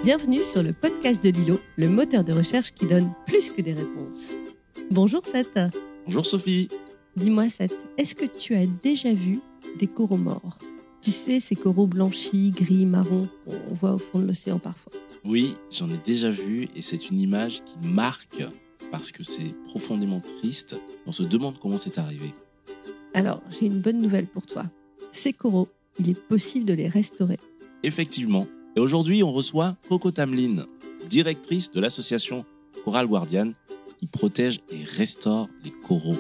Bienvenue sur le podcast de Lilo, le moteur de recherche qui donne plus que des réponses. Bonjour Seth. Bonjour Sophie. Dis-moi Seth, est-ce que tu as déjà vu des coraux morts ? Tu sais, ces coraux blanchis, gris, marron qu'on voit au fond de l'océan parfois. Oui, j'en ai déjà vu et c'est une image qui marque parce que c'est profondément triste. On se demande comment c'est arrivé. Alors, j'ai une bonne nouvelle pour toi. Ces coraux, il est possible de les restaurer. Effectivement. Et aujourd'hui, on reçoit Coco Tamlin, directrice de l'association Coral Guardian, qui protège et restaure les coraux.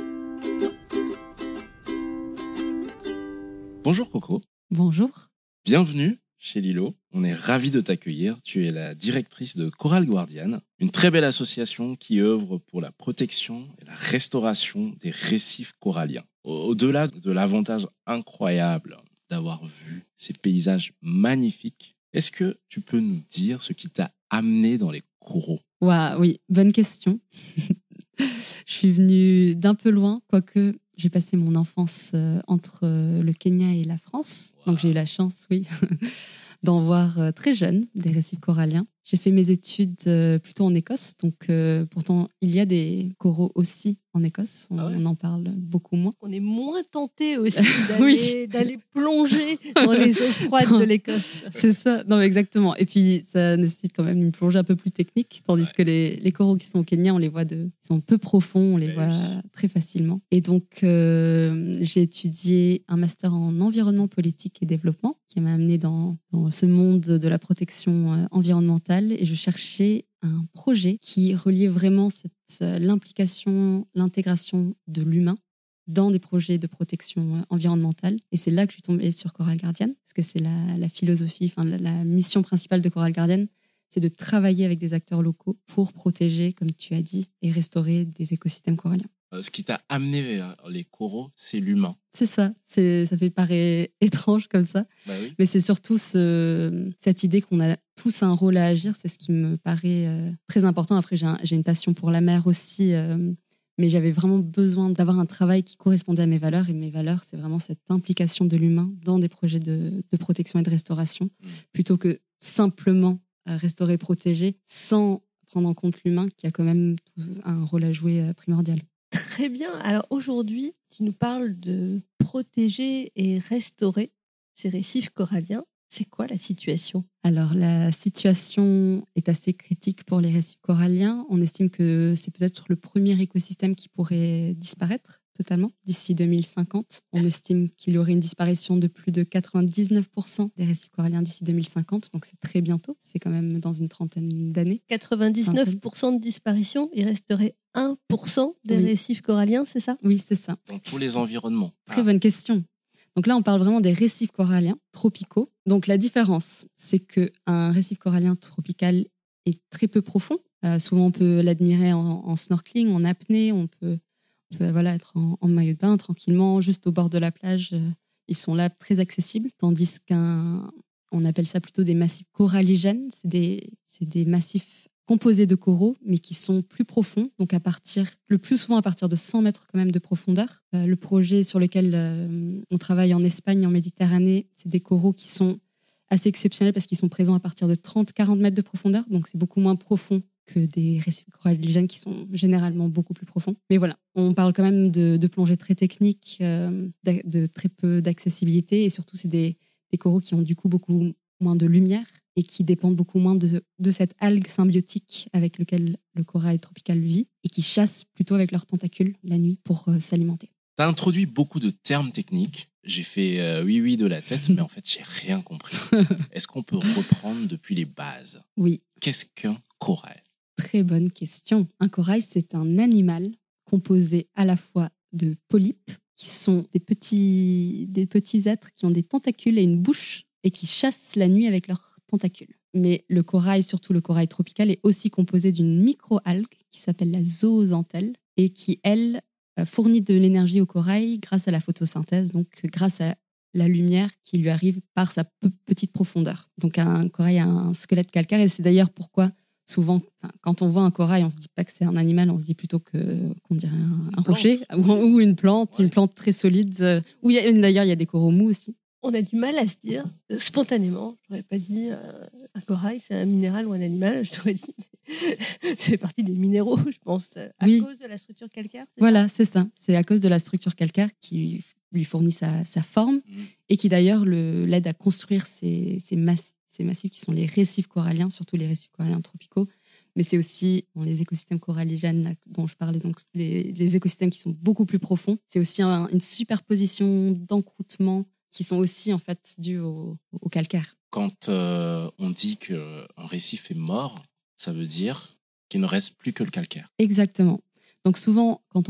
Bonjour Coco. Bonjour. Bienvenue chez Lilo. On est ravis de t'accueillir. Tu es la directrice de Coral Guardian, une très belle association qui œuvre pour la protection et la restauration des récifs coralliens. Au-delà de l'avantage incroyable d'avoir vu ces paysages magnifiques, est-ce que tu peux nous dire ce qui t'a amené dans les coraux ? Oui, bonne question. Je suis venue d'un peu loin, quoique j'ai passé mon enfance entre le Kenya et la France. Wow. Donc j'ai eu la chance, d'en voir très jeune des récifs coralliens. J'ai fait mes études plutôt en Écosse, donc pourtant il y a des coraux aussi en Écosse. On en parle beaucoup moins. On est moins tenté aussi d'aller plonger dans les eaux froides de l'Écosse. C'est ça, non mais exactement. Et puis ça nécessite quand même une plongée un peu plus technique, tandis que les coraux qui sont au Kenya, on les voit ils sont peu profonds, on les voit très facilement. Et donc j'ai étudié un master en environnement politique et développement qui m'a amené dans ce monde de la protection environnementale. Et je cherchais un projet qui reliait vraiment l'implication, l'intégration de l'humain dans des projets de protection environnementale. Et c'est là que je suis tombée sur Coral Guardian, parce que c'est la philosophie, la mission principale de Coral Guardian, c'est de travailler avec des acteurs locaux pour protéger, comme tu as dit, et restaurer des écosystèmes coralliens. Ce qui t'a amené vers les coraux, c'est l'humain. C'est ça. Ça fait paraître étrange comme ça. Oui. Mais c'est surtout cette idée qu'on a tous un rôle à agir. C'est ce qui me paraît très important. Après, j'ai une passion pour la mer aussi. Mais j'avais vraiment besoin d'avoir un travail qui correspondait à mes valeurs. Et mes valeurs, c'est vraiment cette implication de l'humain dans des projets de protection et de restauration, plutôt que simplement restaurer, protéger, sans prendre en compte l'humain qui a quand même un rôle à jouer primordial. Très bien. Alors aujourd'hui, tu nous parles de protéger et restaurer ces récifs coralliens. C'est quoi la situation ? Alors la situation est assez critique pour les récifs coralliens. On estime que c'est peut-être le premier écosystème qui pourrait disparaître totalement d'ici 2050. On estime qu'il y aurait une disparition de plus de 99% des récifs coralliens d'ici 2050. Donc c'est très bientôt. C'est quand même dans une trentaine d'années. 99% de disparition, il resterait 1% des récifs coralliens, c'est ça ? Oui, c'est ça. Dans tous les environnements. Très bonne question. Donc là, on parle vraiment des récifs coralliens tropicaux. Donc la différence, c'est qu'un récif corallien tropical est très peu profond. Souvent, on peut l'admirer en snorkeling, en apnée. On peut être en maillot de bain tranquillement, juste au bord de la plage. Ils sont là très accessibles. Tandis on appelle ça plutôt des massifs coralligènes. C'est des massifs composés de coraux, mais qui sont plus profonds, donc le plus souvent à partir de 100 mètres quand même de profondeur. Le projet sur lequel on travaille en Espagne, en Méditerranée, c'est des coraux qui sont assez exceptionnels parce qu'ils sont présents à partir de 30-40 mètres de profondeur, donc c'est beaucoup moins profond que des récifs coralligènes qui sont généralement beaucoup plus profonds. Mais voilà, on parle quand même de plongées très techniques, de très peu d'accessibilité, et surtout c'est des coraux qui ont du coup beaucoup moins de lumière et qui dépendent beaucoup moins de cette algue symbiotique avec laquelle le corail tropical vit et qui chassent plutôt avec leurs tentacules la nuit pour s'alimenter. Tu as introduit beaucoup de termes techniques. J'ai fait oui de la tête, mais en fait, j'ai rien compris. Est-ce qu'on peut reprendre depuis les bases ? Oui. Qu'est-ce qu'un corail ? Très bonne question. Un corail, c'est un animal composé à la fois de polypes, qui sont des petits êtres qui ont des tentacules et une bouche et qui chassent la nuit avec leurs tentacules. Mais le corail, surtout le corail tropical, est aussi composé d'une micro-algue qui s'appelle la zooxanthelle et qui, elle, fournit de l'énergie au corail grâce à la photosynthèse, donc grâce à la lumière qui lui arrive par sa petite profondeur. Donc un corail a un squelette calcaire et c'est d'ailleurs pourquoi souvent, quand on voit un corail, on ne se dit pas que c'est un animal, on se dit plutôt qu'on dirait un rocher ou une plante très solide. D'ailleurs, il y a des coraux mous aussi. on a du mal à se dire spontanément, je n'aurais pas dit un corail, c'est un minéral ou un animal, je t'aurais dit. Ça fait partie des minéraux, je pense, à cause de la structure calcaire. Voilà, c'est ça. C'est à cause de la structure calcaire qui lui fournit sa forme et qui d'ailleurs l'aide à construire ces massifs qui sont les récifs coralliens, surtout les récifs coralliens tropicaux. Mais c'est aussi dans les écosystèmes coralligènes dont je parlais, donc les écosystèmes qui sont beaucoup plus profonds. C'est aussi une superposition d'encroûtements qui sont aussi en fait dus au calcaire. Quand on dit qu'un récif est mort, ça veut dire qu'il ne reste plus que le calcaire. Exactement. Donc souvent, quand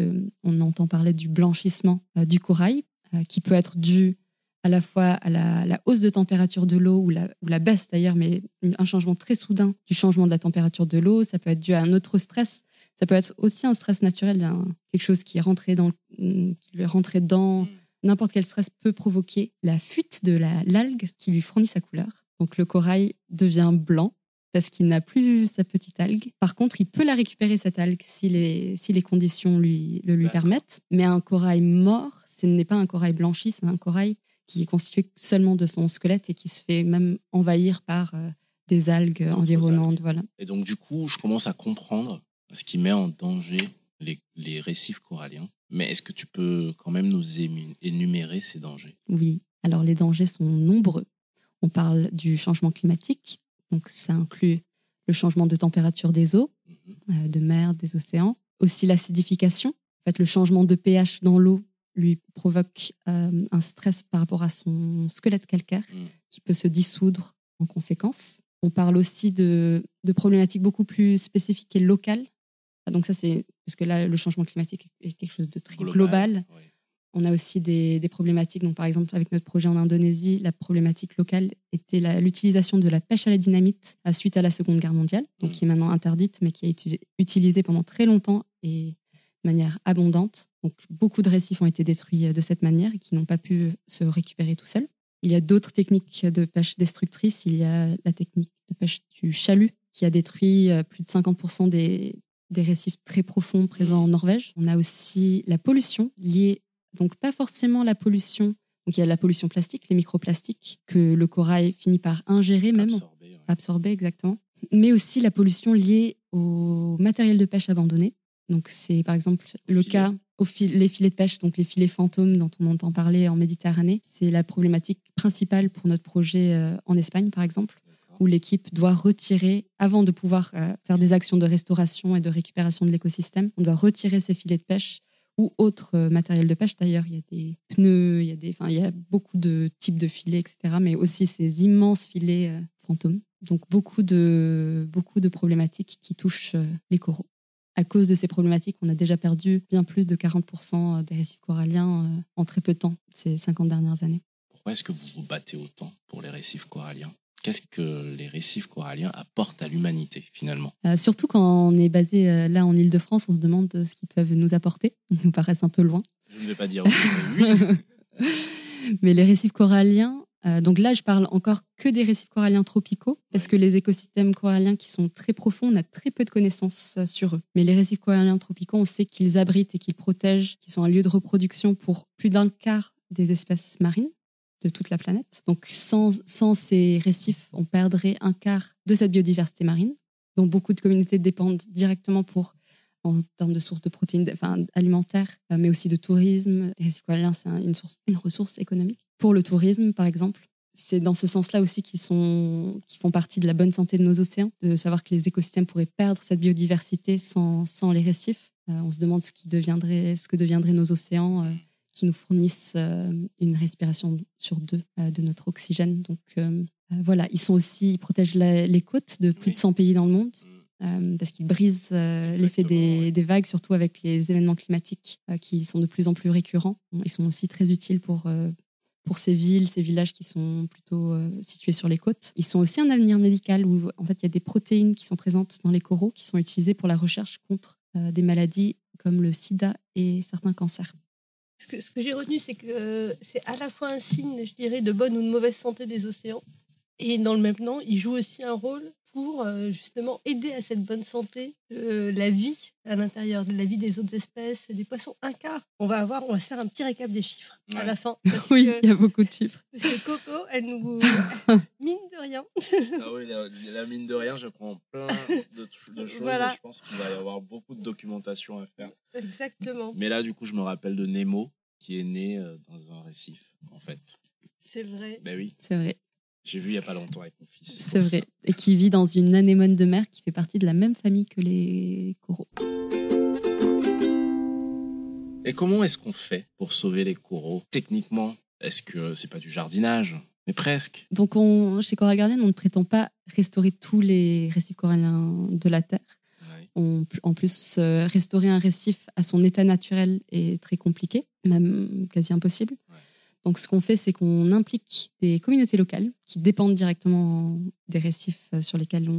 on entend parler du blanchissement du corail, qui peut être dû à la fois à la hausse de température de l'eau ou la baisse d'ailleurs, mais un changement très soudain du changement de la température de l'eau. Ça peut être dû à un autre stress. Ça peut être aussi un stress naturel, quelque chose qui lui est rentré dedans. N'importe quel stress peut provoquer la fuite de l'algue qui lui fournit sa couleur. Donc le corail devient blanc parce qu'il n'a plus sa petite algue. Par contre, il peut la récupérer, cette algue, si les conditions lui permettent. Mais un corail mort, ce n'est pas un corail blanchi, c'est un corail qui est constitué seulement de son squelette et qui se fait même envahir par des algues environnantes. Voilà. Et donc, du coup, je commence à comprendre ce qui met en danger les récifs coralliens. Mais est-ce que tu peux quand même nous énumérer ces dangers ? Oui. Alors, les dangers sont nombreux. On parle du changement climatique. Donc, ça inclut le changement de température des eaux, de mer, des océans. Aussi, l'acidification. En fait, le changement de pH dans l'eau lui provoque un stress par rapport à son squelette calcaire qui peut se dissoudre en conséquence. On parle aussi de problématiques beaucoup plus spécifiques et locales. Donc ça, c'est parce que là, le changement climatique est quelque chose de très global. Oui. On a aussi des problématiques. Donc, par exemple, avec notre projet en Indonésie, la problématique locale était l'utilisation de la pêche à la dynamite suite à la Seconde Guerre mondiale, donc qui est maintenant interdite, mais qui a été utilisée pendant très longtemps et de manière abondante. Donc, beaucoup de récifs ont été détruits de cette manière et qui n'ont pas pu se récupérer tout seuls. Il y a d'autres techniques de pêche destructrices. Il y a la technique de pêche du chalut qui a détruit plus de 50% des récifs très profonds présents en Norvège. On a aussi la pollution liée, donc pas forcément la pollution, donc il y a la pollution plastique, les microplastiques que le corail finit par ingérer même, absorber exactement, mais aussi la pollution liée au matériel de pêche abandonné. Donc c'est par exemple le cas les filets de pêche, donc les filets fantômes dont on entend parler en Méditerranée. C'est la problématique principale pour notre projet en Espagne par exemple, où l'équipe doit retirer, avant de pouvoir faire des actions de restauration et de récupération de l'écosystème, on doit retirer ces filets de pêche ou autres matériels de pêche. D'ailleurs, il y a des pneus, il y a beaucoup de types de filets, etc. Mais aussi ces immenses filets fantômes. Donc, beaucoup de problématiques qui touchent les coraux. À cause de ces problématiques, on a déjà perdu bien plus de 40% des récifs coralliens en très peu de temps, ces 50 dernières années. Pourquoi est-ce que vous vous battez autant pour les récifs coralliens ? Qu'est-ce que les récifs coralliens apportent à l'humanité, finalement ? Surtout quand on est basé là en Île-de-France, on se demande ce qu'ils peuvent nous apporter. Ils nous paraissent un peu loin. Je ne vais pas dire oui. Mais les récifs coralliens, donc là, je parle encore que des récifs coralliens tropicaux, parce que les écosystèmes coralliens qui sont très profonds, on a très peu de connaissances sur eux. Mais les récifs coralliens tropicaux, on sait qu'ils abritent et qu'ils protègent, qu'ils sont un lieu de reproduction pour plus d'un quart des espèces marines de toute la planète. Donc, sans ces récifs, on perdrait un quart de cette biodiversité marine, dont beaucoup de communautés dépendent directement en termes de sources de protéines alimentaires, mais aussi de tourisme. Les récifs coralliens, c'est une ressource économique. Pour le tourisme, par exemple, c'est dans ce sens-là aussi qui font partie de la bonne santé de nos océans, de savoir que les écosystèmes pourraient perdre cette biodiversité sans les récifs. On se demande ce que deviendraient nos océans qui nous fournissent une respiration sur 2 de notre oxygène. Donc voilà, ils protègent les côtes de plus de 100 pays dans le monde parce qu'ils brisent l'effet des vagues, surtout avec les événements climatiques qui sont de plus en plus récurrents. Ils sont aussi très utiles pour ces villes, ces villages qui sont plutôt situés sur les côtes. Ils sont aussi un avenir médical où en fait, il y a des protéines qui sont présentes dans les coraux qui sont utilisées pour la recherche contre des maladies comme le sida et certains cancers. Ce que j'ai retenu, c'est que c'est à la fois un signe, je dirais, de bonne ou de mauvaise santé des océans. Et dans le même temps, il joue aussi un rôle pour justement aider à cette bonne santé de la vie à l'intérieur, de la vie des autres espèces, des poissons. Un quart. On va se faire un petit récap des chiffres à la fin. Oui, il y a beaucoup de chiffres. Parce que Coco, elle nous mine de rien. Ah oui, la mine de rien, je prends plein de choses Voilà. et je pense qu'il va y avoir beaucoup de documentation à faire. Exactement. Mais là, du coup, je me rappelle de Nemo qui est né dans un récif, en fait. C'est vrai. Ben oui. C'est vrai. J'ai vu il n'y a pas longtemps avec mon fils. C'est vrai. Et qui vit dans une anémone de mer qui fait partie de la même famille que les coraux. Et comment est-ce qu'on fait pour sauver les coraux techniquement? Est-ce que c'est pas du jardinage? Mais presque. Donc, chez Coral Guardian, on ne prétend pas restaurer tous les récifs coralliens de la Terre. Oui. En plus, restaurer un récif à son état naturel est très compliqué, même quasi impossible. Ouais. Donc, ce qu'on fait, c'est qu'on implique des communautés locales qui dépendent directement des récifs sur lesquels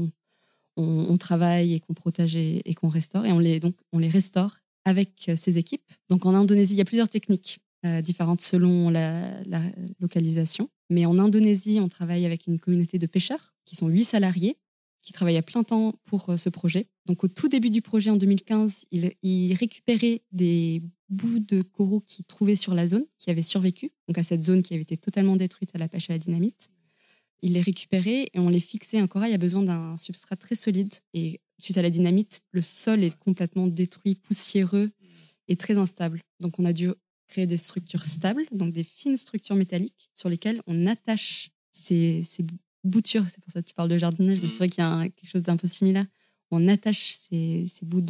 on travaille et qu'on protège et qu'on restaure. Et on les restaure avec ces équipes. Donc, en Indonésie, il y a plusieurs techniques différentes selon la localisation. Mais en Indonésie, on travaille avec une communauté de pêcheurs qui sont 8 salariés qui travaillent à plein temps pour ce projet. Donc, au tout début du projet, en 2015, ils récupéraient des bouts de coraux qu'ils trouvaient sur la zone, qui avaient survécu, donc à cette zone qui avait été totalement détruite à la pêche à la dynamite. Ils les récupéraient et on les fixait. Un corail a besoin d'un substrat très solide. Et suite à la dynamite, le sol est complètement détruit, poussiéreux et très instable. Donc, on a dû créer des structures stables, donc des fines structures métalliques sur lesquelles on attache ces boutures. C'est pour ça que tu parles de jardinage, mais c'est vrai qu'il y a quelque chose d'un peu similaire. On attache ces bouts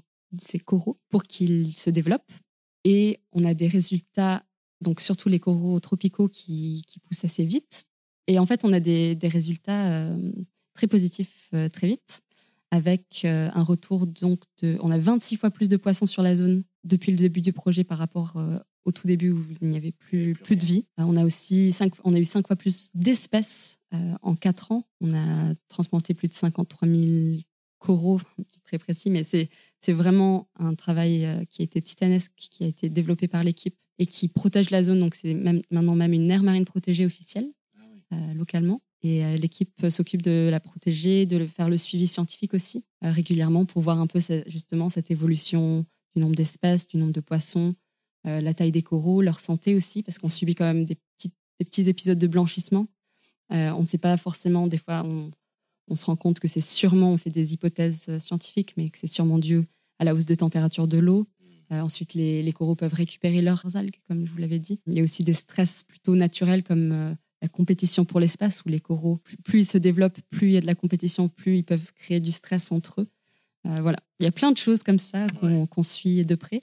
ces coraux pour qu'ils se développent. Et on a des résultats, donc surtout les coraux tropicaux qui poussent assez vite. Et en fait, on a des résultats très positifs très vite, avec un retour on a 26 fois plus de poissons sur la zone depuis le début du projet par rapport au tout début où il n'y avait plus de vie. On a eu 5 fois plus d'espèces en 4 ans. On a transplanté plus de 53 000 coraux, c'est très précis, mais c'est vraiment un travail qui a été titanesque, qui a été développé par l'équipe et qui protège la zone. Donc c'est maintenant même une aire marine protégée officielle localement. Et l'équipe s'occupe de la protéger, de faire le suivi scientifique aussi régulièrement pour voir un peu justement cette évolution du nombre d'espèces, du nombre de poissons, la taille des coraux, leur santé aussi, parce qu'on subit quand même des petits épisodes de blanchissement. On ne sait pas forcément, des fois on se rend compte que c'est sûrement, on fait des hypothèses scientifiques, mais que c'est sûrement dû à la hausse de température de l'eau. Ensuite, les coraux peuvent récupérer leurs algues, comme je vous l'avais dit. Il y a aussi des stress plutôt naturels comme la compétition pour l'espace, où les coraux, plus ils se développent, plus il y a de la compétition, plus ils peuvent créer du stress entre eux. Voilà, il y a plein de choses comme ça qu'on suit de près.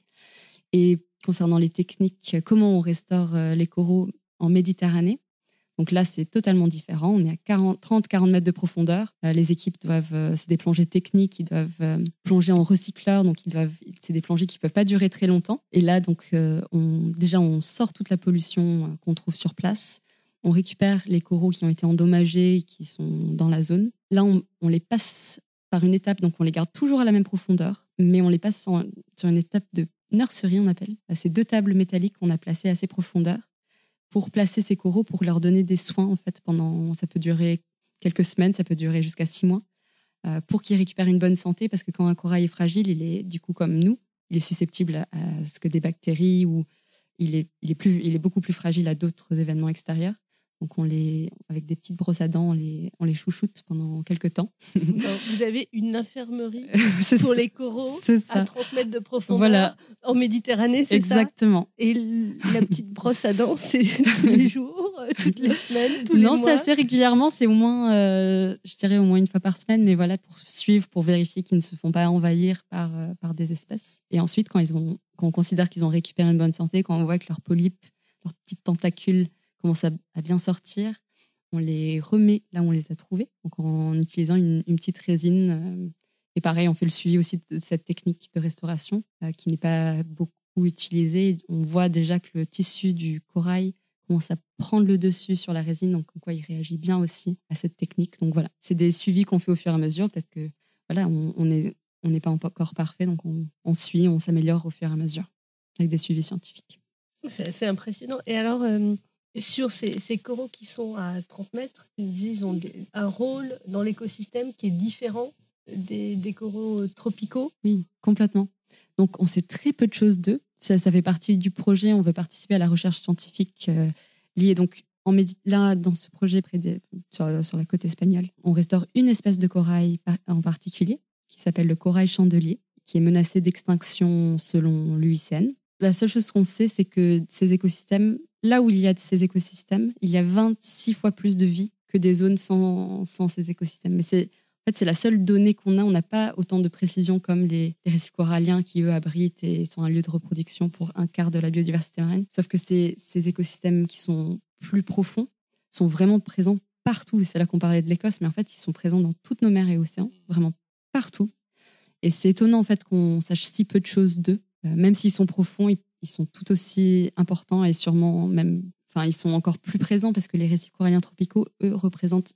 Et concernant les techniques, comment on restaure les coraux en Méditerranée. Donc là, c'est totalement différent. On est à 30-40 mètres de profondeur. Les équipes c'est des plongées techniques, ils doivent plonger en recycleur. Donc, c'est des plongées qui ne peuvent pas durer très longtemps. Et là, donc, on sort toute la pollution qu'on trouve sur place. On récupère les coraux qui ont été endommagés, qui sont dans la zone. Là, on les passe par une étape. Donc, on les garde toujours à la même profondeur, mais on les passe sur une étape de nurserie, on appelle. C'est 2 tables métalliques qu'on a placées à ces profondeurs pour placer ces coraux, pour leur donner des soins, en fait, ça peut durer quelques semaines, ça peut durer jusqu'à 6 mois, pour qu'ils récupèrent une bonne santé, parce que quand un corail est fragile, il est, du coup, comme nous, il est susceptible à ce que des bactéries, ou il est beaucoup plus fragile à d'autres événements extérieurs. Donc, avec des petites brosses à dents, on les chouchoute pendant quelques temps. Alors, vous avez une infirmerie pour les coraux à 30 mètres de profondeur en Méditerranée, c'est exactement. Ça. Et la petite brosse à dents, c'est tous les jours, toutes les semaines, tous les mois? Non, c'est assez régulièrement. C'est au moins, je dirais au moins une fois par semaine, mais voilà, pour suivre, pour vérifier qu'ils ne se font pas envahir par des espèces. Et ensuite, quand on considère qu'ils ont récupéré une bonne santé, quand on voit que leurs polypes, leurs petites tentacules commencent à bien sortir, on les remet là où on les a trouvés, donc en utilisant une petite résine. Et pareil, on fait le suivi aussi de cette technique de restauration qui n'est pas beaucoup utilisée. On voit déjà que le tissu du corail commence à prendre le dessus sur la résine, donc en quoi il réagit bien aussi à cette technique. Donc voilà, c'est des suivis qu'on fait au fur et à mesure. Peut-être que voilà, on n'est pas encore parfait, donc on suit, on s'améliore au fur et à mesure avec des suivis scientifiques. C'est assez impressionnant. Et alors, Et sur ces coraux qui sont à 30 mètres, tu disais, ils ont un rôle dans l'écosystème qui est différent des coraux tropicaux. Oui, complètement. Donc, on sait très peu de choses d'eux. Ça fait partie du projet. On veut participer à la recherche scientifique liée. Donc, là, dans ce projet sur la côte espagnole, on restaure une espèce de corail en particulier qui s'appelle le corail chandelier, qui est menacé d'extinction selon l'UICN. La seule chose qu'on sait, c'est que ces écosystèmes, là où il y a ces écosystèmes, il y a 26 fois plus de vie que des zones sans ces écosystèmes. Mais c'est la seule donnée qu'on a. On n'a pas autant de précision comme les récifs coralliens qui, eux, abritent et sont un lieu de reproduction pour un quart de la biodiversité marine. Sauf que ces écosystèmes qui sont plus profonds sont vraiment présents partout. C'est là qu'on parlait de l'Écosse, mais en fait, ils sont présents dans toutes nos mers et océans, vraiment partout. Et c'est étonnant en fait qu'on sache si peu de choses d'eux. Même s'ils sont profonds, ils sont tout aussi importants et sûrement même, ils sont encore plus présents parce que les récifs coralliens tropicaux, eux, représentent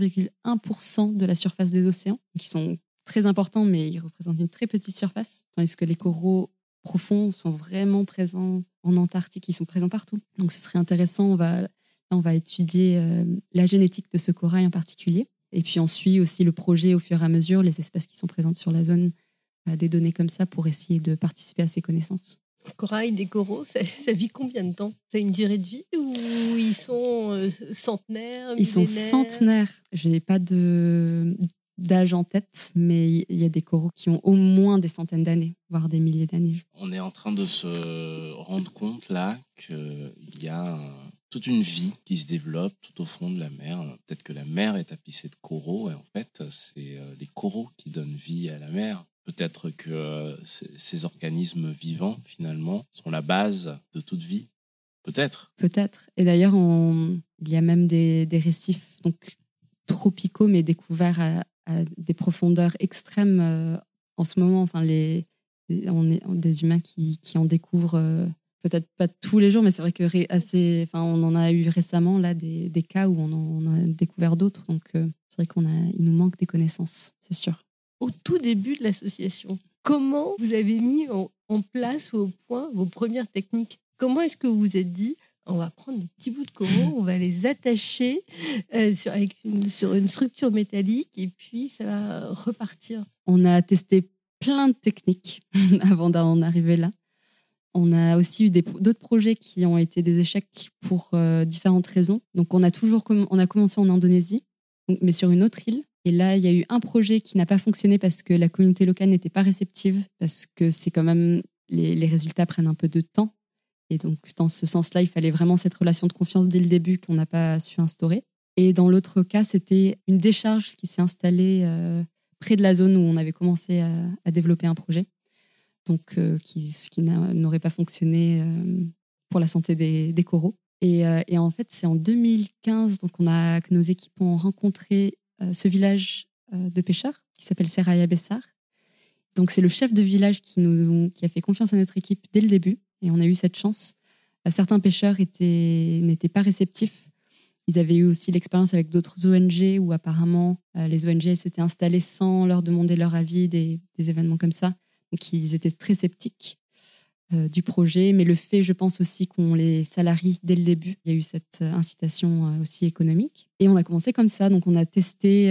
0,1% de la surface des océans. Donc ils sont très importants, mais ils représentent une très petite surface, tandis que les coraux profonds sont vraiment présents en Antarctique, ils sont présents partout. Donc ce serait intéressant, on va étudier la génétique de ce corail en particulier. Et puis on suit aussi le projet au fur et à mesure, les espèces qui sont présentes sur la zone, des données comme ça pour essayer de participer à ces connaissances. Le corail des coraux, ça vit combien de temps? Ça a une durée de vie ou ils sont centenaires, millénaires? Ils sont centenaires. Je n'ai pas d'âge en tête, mais il y a des coraux qui ont au moins des centaines d'années, voire des milliers d'années. On est en train de se rendre compte là qu'il y a toute une vie qui se développe tout au fond de la mer. Peut-être que la mer est tapissée de coraux et en fait, c'est les coraux qui donnent vie à la mer. Peut-être que ces organismes vivants, finalement, sont la base de toute vie. Peut-être. Peut-être. Et d'ailleurs, il y a même des récifs donc, tropicaux, mais découverts à des profondeurs extrêmes en ce moment. Enfin, on est des humains qui en découvrent, peut-être pas tous les jours, mais c'est vrai que on en a eu récemment là, des cas où on en a découvert d'autres. Donc, c'est vrai qu'il nous manque des connaissances, c'est sûr. Au tout début de l'association, comment vous avez mis en place ou au point vos premières techniques? Comment est-ce que vous vous êtes dit, on va prendre des petits bouts de coraux, on va les attacher sur une structure métallique et puis ça va repartir? On a testé plein de techniques avant d'en arriver là. On a aussi eu d'autres projets qui ont été des échecs pour différentes raisons. Donc on a commencé en Indonésie, mais sur une autre île. Et là, il y a eu un projet qui n'a pas fonctionné parce que la communauté locale n'était pas réceptive, parce que c'est quand même les résultats prennent un peu de temps. Et donc, dans ce sens-là, il fallait vraiment cette relation de confiance dès le début qu'on n'a pas su instaurer. Et dans l'autre cas, c'était une décharge qui s'est installée près de la zone où on avait commencé à développer un projet, donc ce qui n'aurait pas fonctionné pour la santé des coraux. Et en fait, c'est en 2015 donc que nos équipes ont rencontré ce village de pêcheurs qui s'appelle Seraya Bessar. Donc, c'est le chef de village qui a fait confiance à notre équipe dès le début. Et on a eu cette chance. Certains pêcheurs n'étaient pas réceptifs. Ils avaient eu aussi l'expérience avec d'autres ONG où apparemment les ONG s'étaient installées sans leur demander leur avis, des événements comme ça. Donc, ils étaient très sceptiques du projet. Mais le fait, je pense aussi qu'on les salarie dès le début, il y a eu cette incitation aussi économique. Et on a commencé comme ça. Donc, on a testé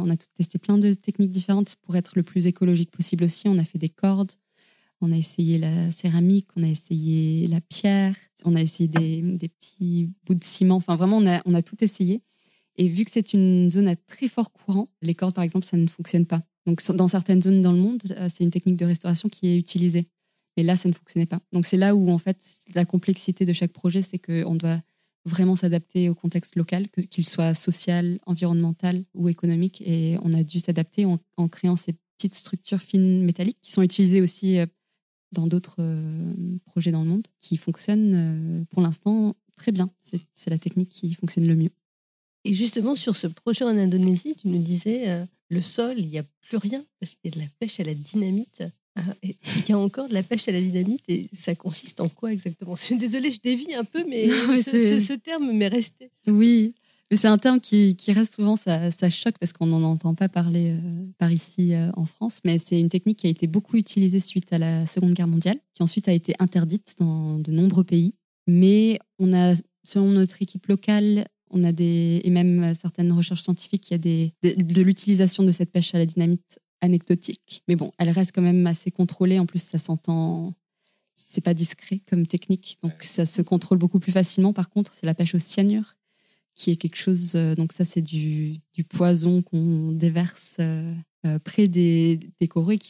plein de techniques différentes pour être le plus écologique possible aussi. On a fait des cordes. On a essayé la céramique, on a essayé la pierre, on a essayé des petits bouts de ciment. Enfin, vraiment, on a tout essayé. Et vu que c'est une zone à très fort courant, les cordes, par exemple, ça ne fonctionne pas. Donc, dans certaines zones dans le monde, c'est une technique de restauration qui est utilisée. Mais là, ça ne fonctionnait pas. Donc, c'est là où, en fait, la complexité de chaque projet, c'est qu'on doit vraiment s'adapter au contexte local, qu'il soit social, environnemental ou économique. Et on a dû s'adapter en créant ces petites structures fines métalliques qui sont utilisées aussi dans d'autres projets dans le monde, qui fonctionnent pour l'instant très bien. C'est la technique qui fonctionne le mieux. Et justement, sur ce projet en Indonésie, tu nous disais, le sol, il n'y a plus rien, parce qu'il y a de la pêche à la dynamite. Et il y a encore de la pêche à la dynamite, et ça consiste en quoi exactement? Je suis désolée, je dévie un peu, mais ce terme m'est resté. Oui, mais c'est un terme qui reste souvent, ça choque parce qu'on n'en entend pas parler par ici en France, mais c'est une technique qui a été beaucoup utilisée suite à la Seconde Guerre mondiale, qui ensuite a été interdite dans de nombreux pays. Mais on a selon notre équipe locale, on a et même certaines recherches scientifiques, il y a de l'utilisation de cette pêche à la dynamite anecdotique. Mais bon, elle reste quand même assez contrôlée. En plus, ça s'entend, c'est pas discret comme technique, donc ça se contrôle beaucoup plus facilement. Par contre, c'est la pêche au cyanure, qui est quelque chose. Donc ça, c'est du poison qu'on déverse près des coraux et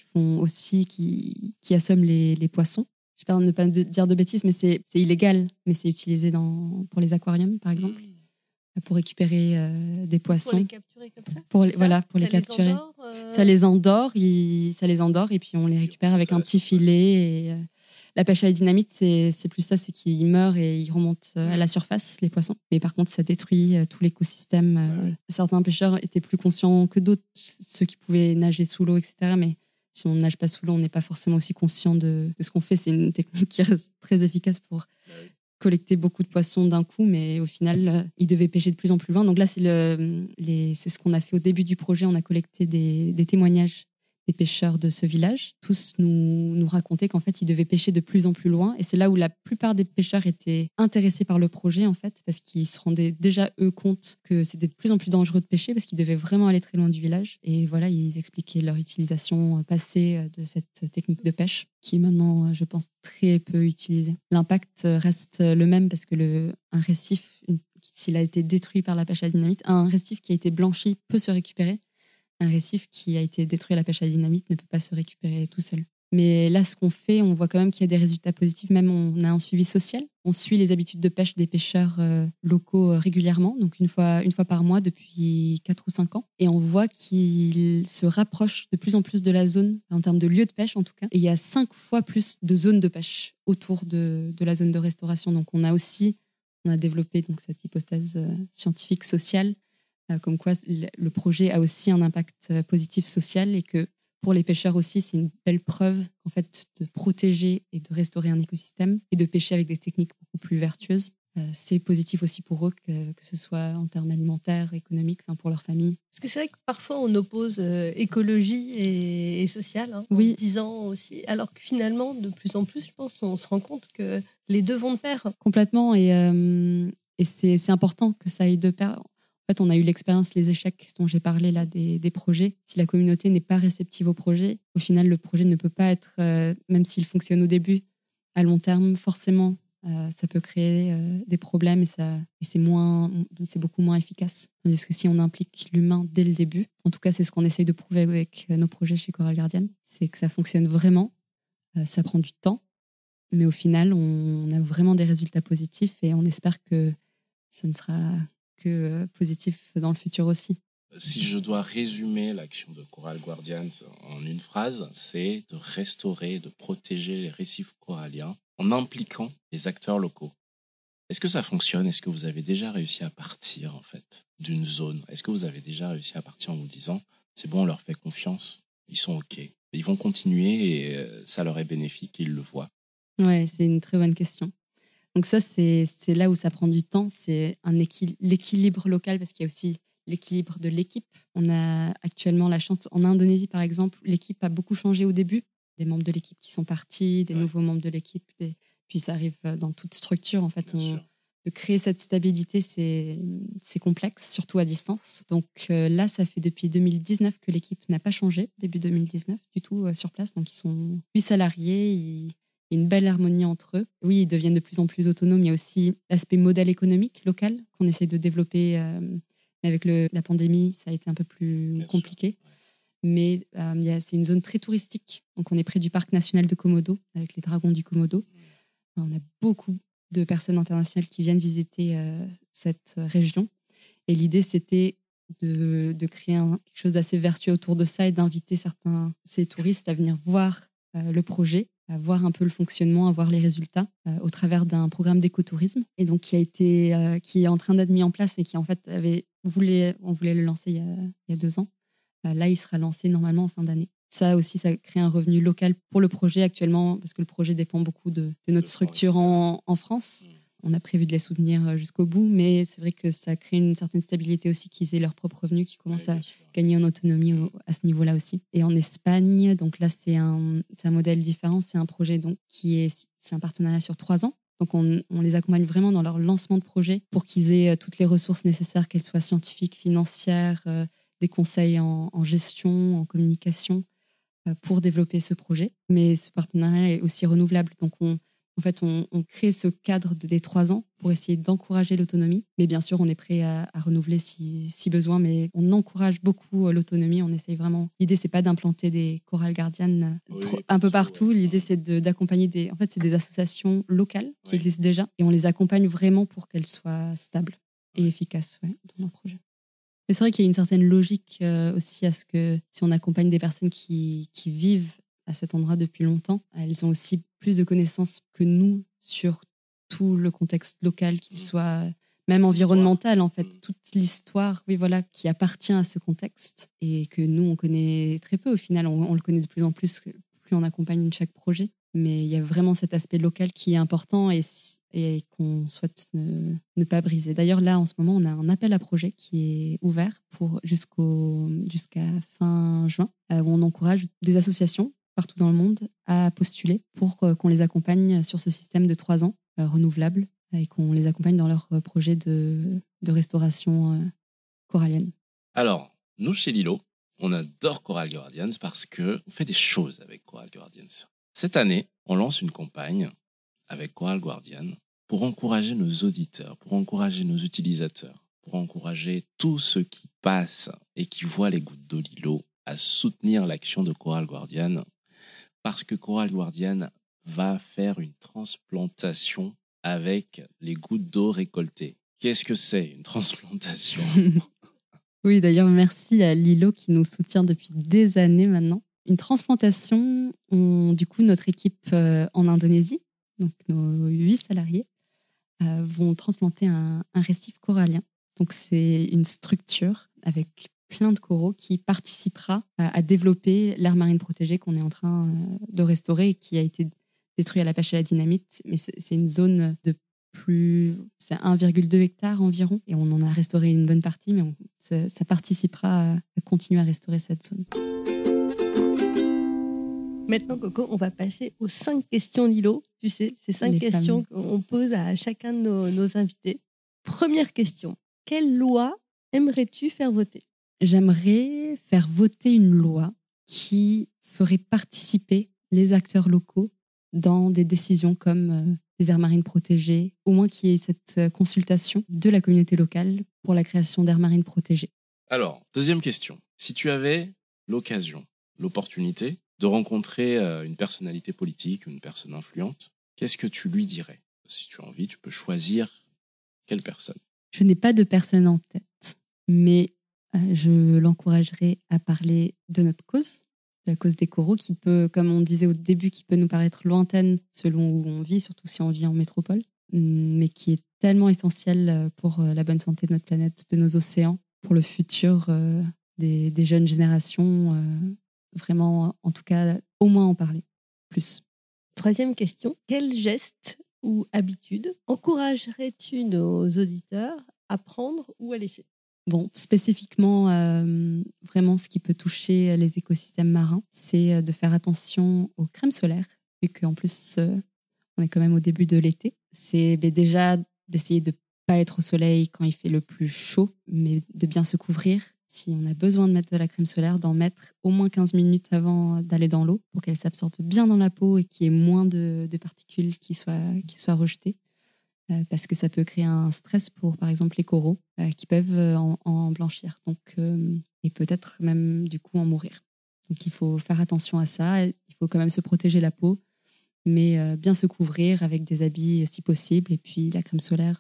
qui assomment les poissons. J'espère ne pas dire de bêtises, mais c'est illégal, mais c'est utilisé pour les aquariums, par exemple, pour récupérer des poissons. Pour les capturer comme ça. Pour les capturer. Ça les endort, et puis on les récupère avec un petit filet. Et, la pêche à la dynamite, c'est plus ça, c'est qu'ils meurent et ils remontent à la surface, les poissons. Mais par contre, ça détruit tout l'écosystème. Certains pêcheurs étaient plus conscients que d'autres, ceux qui pouvaient nager sous l'eau, etc. Mais si on ne nage pas sous l'eau, on n'est pas forcément aussi conscient de ce qu'on fait. C'est une technique qui reste très efficace pour collecter beaucoup de poissons d'un coup, mais au final, ils devaient pêcher de plus en plus loin. Donc là, c'est ce qu'on a fait au début du projet. On a collecté des témoignages des pêcheurs de ce village. Tous nous racontaient qu'en fait, ils devaient pêcher de plus en plus loin. Et c'est là où la plupart des pêcheurs étaient intéressés par le projet, en fait, parce qu'ils se rendaient déjà, eux, compte que c'était de plus en plus dangereux de pêcher, parce qu'ils devaient vraiment aller très loin du village. Et voilà, ils expliquaient leur utilisation passée de cette technique de pêche, qui est maintenant, je pense, très peu utilisée. L'impact reste le même, parce que un récif, s'il a été détruit par la pêche à la dynamite, un récif qui a été blanchi peut se récupérer. Un récif qui a été détruit à la pêche à la dynamite ne peut pas se récupérer tout seul. Mais là, ce qu'on fait, on voit quand même qu'il y a des résultats positifs. Même on a un suivi social. On suit les habitudes de pêche des pêcheurs locaux régulièrement, donc une fois par mois depuis 4 ou 5 ans. Et on voit qu'ils se rapprochent de plus en plus de la zone, en termes de lieux de pêche en tout cas. Et il y a 5 fois plus de zones de pêche autour de la zone de restauration. Donc on a développé donc, cette hypothèse scientifique sociale, comme quoi le projet a aussi un impact positif social et que pour les pêcheurs aussi, c'est une belle preuve en fait, de protéger et de restaurer un écosystème et de pêcher avec des techniques beaucoup plus vertueuses. C'est positif aussi pour eux, que ce soit en termes alimentaires, économiques, pour leur famille. Parce que c'est vrai que parfois on oppose écologie et social, en disant aussi, alors que finalement, de plus en plus, je pense, on se rend compte que les deux vont de pair. Complètement, et c'est important que ça aille de pair. En fait, on a eu l'expérience, les échecs dont j'ai parlé là des projets. Si la communauté n'est pas réceptive au projet, au final, le projet ne peut pas être, même s'il fonctionne au début, à long terme, forcément, ça peut créer des problèmes et c'est beaucoup moins efficace. Tandis que si on implique l'humain dès le début, en tout cas, c'est ce qu'on essaye de prouver avec nos projets chez Coral Guardian, c'est que ça fonctionne vraiment, ça prend du temps, mais au final, on a vraiment des résultats positifs et on espère que ça ne sera que positif dans le futur aussi. Si je dois résumer l'action de Coral Guardians en une phrase, c'est de restaurer, de protéger les récifs coralliens en impliquant les acteurs locaux. Est-ce que ça fonctionne? Est-ce que vous avez déjà réussi à partir en fait d'une zone? Est-ce que vous avez déjà réussi à partir en vous disant c'est bon, on leur fait confiance, ils sont OK, ils vont continuer et ça leur est bénéfique, ils le voient? Ouais, c'est une très bonne question. Donc ça, c'est là où ça prend du temps, c'est l'équilibre local, parce qu'il y a aussi l'équilibre de l'équipe. On a actuellement la chance, en Indonésie par exemple, l'équipe a beaucoup changé au début. Des membres de l'équipe qui sont partis, des nouveaux membres de l'équipe, puis ça arrive dans toute structure. En fait, de créer cette stabilité, c'est complexe, surtout à distance. Donc là, ça fait depuis 2019 que l'équipe n'a pas changé, début 2019 du tout sur place. Donc ils sont 8 salariés, il y a une belle harmonie entre eux. Oui, ils deviennent de plus en plus autonomes. Il y a aussi l'aspect modèle économique local qu'on essaie de développer. Mais avec la pandémie, ça a été un peu plus compliqué. Mais c'est une zone très touristique. Donc, on est près du parc national de Komodo, avec les dragons du Komodo. On a beaucoup de personnes internationales qui viennent visiter cette région. Et l'idée, c'était de créer quelque chose d'assez vertueux autour de ça et d'inviter ces touristes à venir voir le projet, à voir un peu le fonctionnement, à voir les résultats au travers d'un programme d'écotourisme. Et donc, qui est en train d'être mis en place, mais qui en fait on voulait le lancer il y a 2 ans. Là, il sera lancé normalement en fin d'année. Ça aussi, ça crée un revenu local pour le projet actuellement, parce que le projet dépend beaucoup de notre structure en France. On a prévu de les soutenir jusqu'au bout, mais c'est vrai que ça crée une certaine stabilité aussi, qu'ils aient leurs propres revenus, qu'ils commencent à gagner en autonomie à ce niveau-là aussi. Et en Espagne, donc là, c'est un modèle différent. C'est un projet c'est un partenariat sur 3 ans. Donc, on les accompagne vraiment dans leur lancement de projet pour qu'ils aient toutes les ressources nécessaires, qu'elles soient scientifiques, financières, des conseils en gestion, en communication, pour développer ce projet. Mais ce partenariat est aussi renouvelable. Donc, on crée ce cadre des 3 ans pour essayer d'encourager l'autonomie. Mais bien sûr, on est prêt à renouveler si besoin. Mais on encourage beaucoup l'autonomie. On essaye vraiment. L'idée, c'est pas d'implanter des chorales gardiennes un peu partout. Ouais. L'idée, c'est d'accompagner c'est des associations locales qui existent déjà. Et on les accompagne vraiment pour qu'elles soient stables et efficaces dans leur projet. Mais c'est vrai qu'il y a une certaine logique aussi à ce que si on accompagne des personnes qui vivent à cet endroit depuis longtemps, ils ont aussi plus de connaissances que nous sur tout le contexte local, qu'il soit même environnemental en fait, toute l'histoire qui appartient à ce contexte et que nous on connaît très peu au final, on le connaît de plus en plus, plus on accompagne chaque projet. Mais il y a vraiment cet aspect local qui est important et qu'on souhaite ne pas briser. D'ailleurs, là, en ce moment, on a un appel à projet qui est ouvert jusqu'à fin juin, où on encourage des associations partout dans le monde à postuler pour qu'on les accompagne sur ce système de 3 ans renouvelable et qu'on les accompagne dans leur projet de restauration corallienne. Alors, nous, chez Lilo, on adore Coral Guardians parce qu'on fait des choses avec Coral Guardians. Cette année, on lance une campagne avec Coral Guardian pour encourager nos auditeurs, pour encourager nos utilisateurs, pour encourager tous ceux qui passent et qui voient les gouttes d'eau Lilo à soutenir l'action de Coral Guardian parce que Coral Guardian va faire une transplantation avec les gouttes d'eau récoltées. Qu'est-ce que c'est une transplantation ? Oui, d'ailleurs, merci à Lilo qui nous soutient depuis des années maintenant. Une transplantation, notre équipe en Indonésie, donc nos 8 salariés, vont transplanter un récif corallien. Donc, c'est une structure avec plein de coraux qui participera à développer l'aire marine protégée qu'on est en train de restaurer et qui a été détruit à la pêche et à la dynamite. Mais c'est une zone c'est 1,2 hectare environ et on en a restauré une bonne partie, mais ça participera à continuer à restaurer cette zone. Maintenant, Coco, on va passer aux 5 questions Lilo. Tu sais, ces 5 questions qu'on pose à chacun de nos invités. Première question. Quelle loi aimerais-tu faire voter ? J'aimerais faire voter une loi qui ferait participer les acteurs locaux dans des décisions comme les aires marines protégées, au moins qu'il y ait cette consultation de la communauté locale pour la création d'aires marines protégées. Alors, deuxième question. Si tu avais l'opportunité de rencontrer une personnalité politique, une personne influente, qu'est-ce que tu lui dirais ? Si tu as envie, tu peux choisir quelle personne. Je n'ai pas de personne en tête, mais je l'encouragerais à parler de notre cause, de la cause des coraux, qui peut, comme on disait au début, qui peut nous paraître lointaine selon où on vit, surtout si on vit en métropole, mais qui est tellement essentielle pour la bonne santé de notre planète, de nos océans, pour le futur des jeunes générations. Vraiment, en tout cas, au moins en parler plus. Troisième question. Quel geste ou habitude encouragerais-tu nos auditeurs à prendre ou à laisser ? Bon, spécifiquement, vraiment, ce qui peut toucher les écosystèmes marins, c'est de faire attention aux crèmes solaires, vu qu'en plus, on est quand même au début de l'été. C'est déjà d'essayer de ne pas être au soleil quand il fait le plus chaud, mais de bien se couvrir. Si on a besoin de mettre de la crème solaire, d'en mettre au moins 15 minutes avant d'aller dans l'eau pour qu'elle s'absorbe bien dans la peau et qu'il y ait moins de particules qui soient rejetées. Parce que ça peut créer un stress pour, par exemple, les coraux qui peuvent en blanchir. Donc, et peut-être même, du coup, en mourir. Donc, il faut faire attention à ça. Il faut quand même se protéger la peau, mais bien se couvrir avec des habits si possible. Et puis, la crème solaire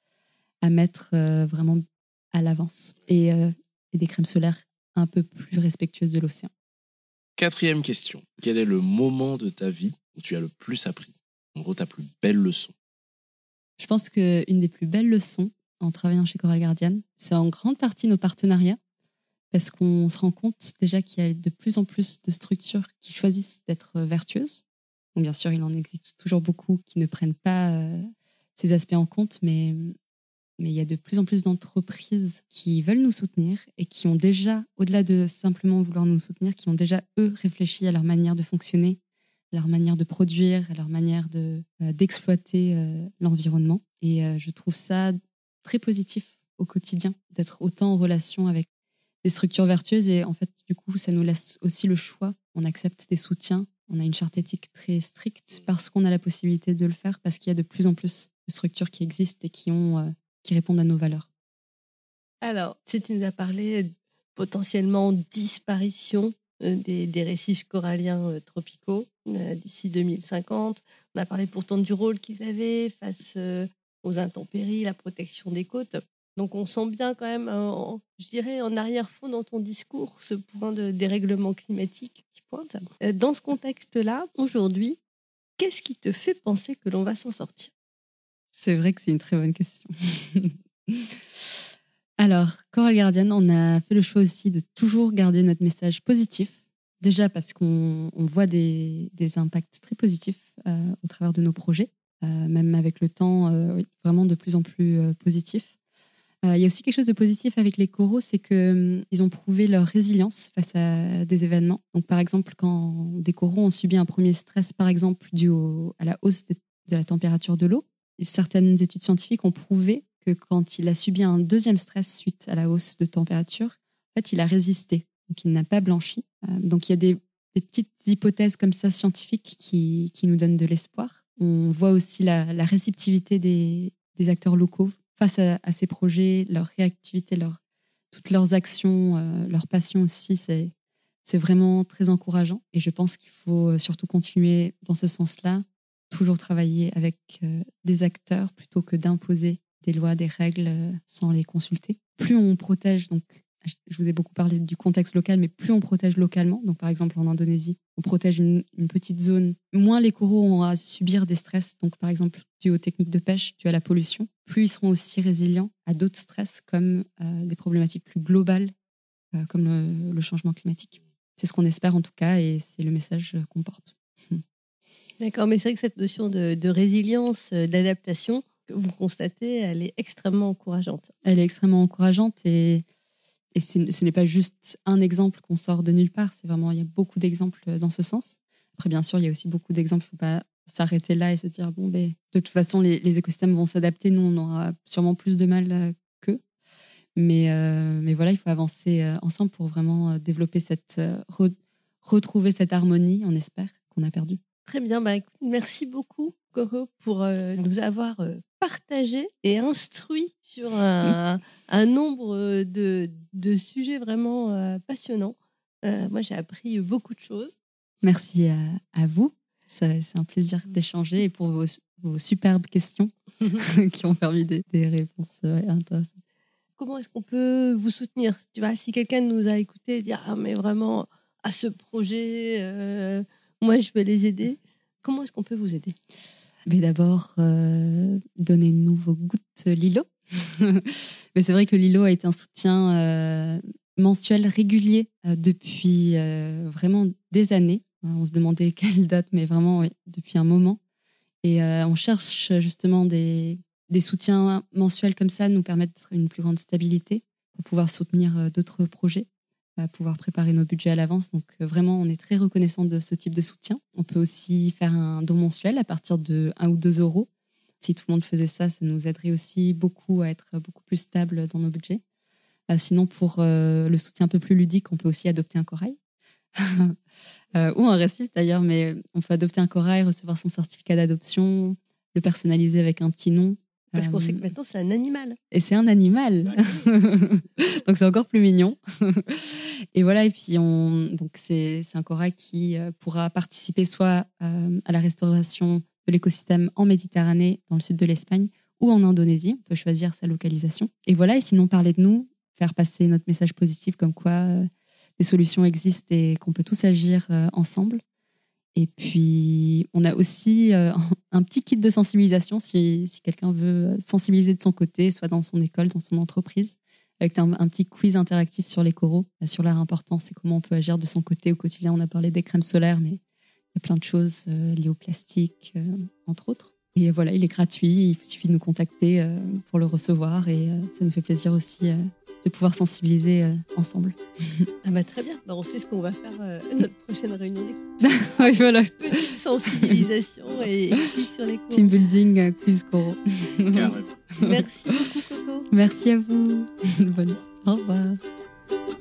à mettre vraiment à l'avance. Et des crèmes solaires un peu plus respectueuses de l'océan. Quatrième question. Quel est le moment de ta vie où tu as le plus appris ? En gros, ta plus belle leçon. Je pense qu'une des plus belles leçons en travaillant chez Coral Guardian, c'est en grande partie nos partenariats, parce qu'on se rend compte déjà qu'il y a de plus en plus de structures qui choisissent d'être vertueuses. Bon, bien sûr, il en existe toujours beaucoup qui ne prennent pas ces aspects en compte, mais il y a de plus en plus d'entreprises qui veulent nous soutenir et qui ont déjà, au-delà de simplement vouloir nous soutenir, qui ont déjà, eux, réfléchi à leur manière de fonctionner, leur manière de produire, leur manière d'exploiter l'environnement. Et je trouve ça très positif au quotidien, d'être autant en relation avec des structures vertueuses. Et en fait, du coup, ça nous laisse aussi le choix. On accepte des soutiens. On a une charte éthique très stricte parce qu'on a la possibilité de le faire, parce qu'il y a de plus en plus de structures qui existent et qui répondent à nos valeurs. Alors, tu nous as parlé potentiellement disparition des récifs coralliens tropicaux d'ici 2050. On a parlé pourtant du rôle qu'ils avaient face aux intempéries, la protection des côtes. Donc, on sent bien quand même, je dirais, en arrière-fond dans ton discours, ce point de dérèglement climatique qui pointe. Dans ce contexte-là, aujourd'hui, qu'est-ce qui te fait penser que l'on va s'en sortir ? C'est vrai que c'est une très bonne question. Alors, Coral Guardian, on a fait le choix aussi de toujours garder notre message positif. Déjà parce qu'on voit des impacts très positifs au travers de nos projets, même avec le temps, oui, vraiment de plus en plus positifs. Il y a aussi quelque chose de positif avec les coraux, c'est qu'ils ont prouvé leur résilience face à des événements. Donc, par exemple, quand des coraux ont subi un premier stress, par exemple, dû à la hausse de la température de l'eau, certaines études scientifiques ont prouvé que quand il a subi un deuxième stress suite à la hausse de température, en fait, il a résisté. Donc, il n'a pas blanchi. Donc, il y a des petites hypothèses comme ça scientifiques qui nous donnent de l'espoir. On voit aussi la réceptivité des acteurs locaux face à ces projets, leur réactivité, toutes leurs actions, leur passion aussi, c'est vraiment très encourageant. Et je pense qu'il faut surtout continuer dans ce sens-là, toujours travailler avec des acteurs plutôt que d'imposer des lois, des règles sans les consulter. Plus on protège, donc je vous ai beaucoup parlé du contexte local, mais plus on protège localement, donc par exemple en Indonésie, on protège une petite zone, moins les coraux ont à subir des stress, donc par exemple dû aux techniques de pêche, dû à la pollution, plus ils seront aussi résilients à d'autres stress comme des problématiques plus globales, comme le changement climatique. C'est ce qu'on espère en tout cas et c'est le message qu'on porte. D'accord, mais c'est vrai que cette notion de résilience, d'adaptation, que vous constatez, elle est extrêmement encourageante. Elle est extrêmement encourageante et ce n'est pas juste un exemple qu'on sort de nulle part. C'est vraiment, il y a beaucoup d'exemples dans ce sens. Après, bien sûr, il y a aussi beaucoup d'exemples. Il ne faut pas s'arrêter là et se dire, bon, ben, de toute façon, les écosystèmes vont s'adapter. Nous, on aura sûrement plus de mal qu'eux. Mais voilà, il faut avancer ensemble pour vraiment développer retrouver cette harmonie, on espère, qu'on a perdue. Très bien. Écoute, merci beaucoup, Coro, pour nous avoir partagé et instruit sur un nombre de sujets vraiment passionnants. Moi, j'ai appris beaucoup de choses. Merci à vous. C'est un plaisir d'échanger et pour vos superbes questions qui ont permis des réponses intéressantes. Comment est-ce qu'on peut vous soutenir ? Tu vois, si quelqu'un nous a écouté et dit « Ah, mais vraiment, à ce projet, moi, je vais les aider », comment est-ce qu'on peut vous aider ? Mais d'abord, donnez-nous vos gouttes Lilo. Mais c'est vrai que Lilo a été un soutien mensuel régulier depuis vraiment des années. On se demandait quelle date, mais vraiment oui, depuis un moment. Et on cherche justement des soutiens mensuels comme ça, nous permettre une plus grande stabilité pour pouvoir soutenir d'autres projets, pouvoir préparer nos budgets à l'avance. Donc vraiment, on est très reconnaissant de ce type de soutien. On peut aussi faire un don mensuel à partir de 1 ou 2 euros. Si tout le monde faisait ça, ça nous aiderait aussi beaucoup à être beaucoup plus stable dans nos budgets. Sinon, pour le soutien un peu plus ludique, on peut aussi adopter un corail. Ou un récif d'ailleurs, mais on peut adopter un corail, recevoir son certificat d'adoption, le personnaliser avec un petit nom. Parce qu'on sait que maintenant, c'est un animal. Et c'est un animal. Donc, c'est encore plus mignon. Et voilà, et puis, donc c'est un corail qui pourra participer soit à la restauration de l'écosystème en Méditerranée, dans le sud de l'Espagne, ou en Indonésie. On peut choisir sa localisation. Et voilà, et sinon, parler de nous, faire passer notre message positif comme quoi des solutions existent et qu'on peut tous agir ensemble. Et puis, on a aussi un petit kit de sensibilisation si quelqu'un veut sensibiliser de son côté, soit dans son école, dans son entreprise, avec un petit quiz interactif sur les coraux, sur leur importance et comment on peut agir de son côté au quotidien. On a parlé des crèmes solaires, mais il y a plein de choses liées au plastique, entre autres. Et voilà, il est gratuit, il suffit de nous contacter pour le recevoir et ça nous fait plaisir aussi de pouvoir sensibiliser ensemble. Ah bah très bien, bah, on sait ce qu'on va faire à notre prochaine réunion d'équipe. Oui, voilà. Petite sensibilisation et quiz sur les Team coraux. building, quiz coraux. Carrément. Merci beaucoup Coco. Merci à vous. Bonne... Au revoir.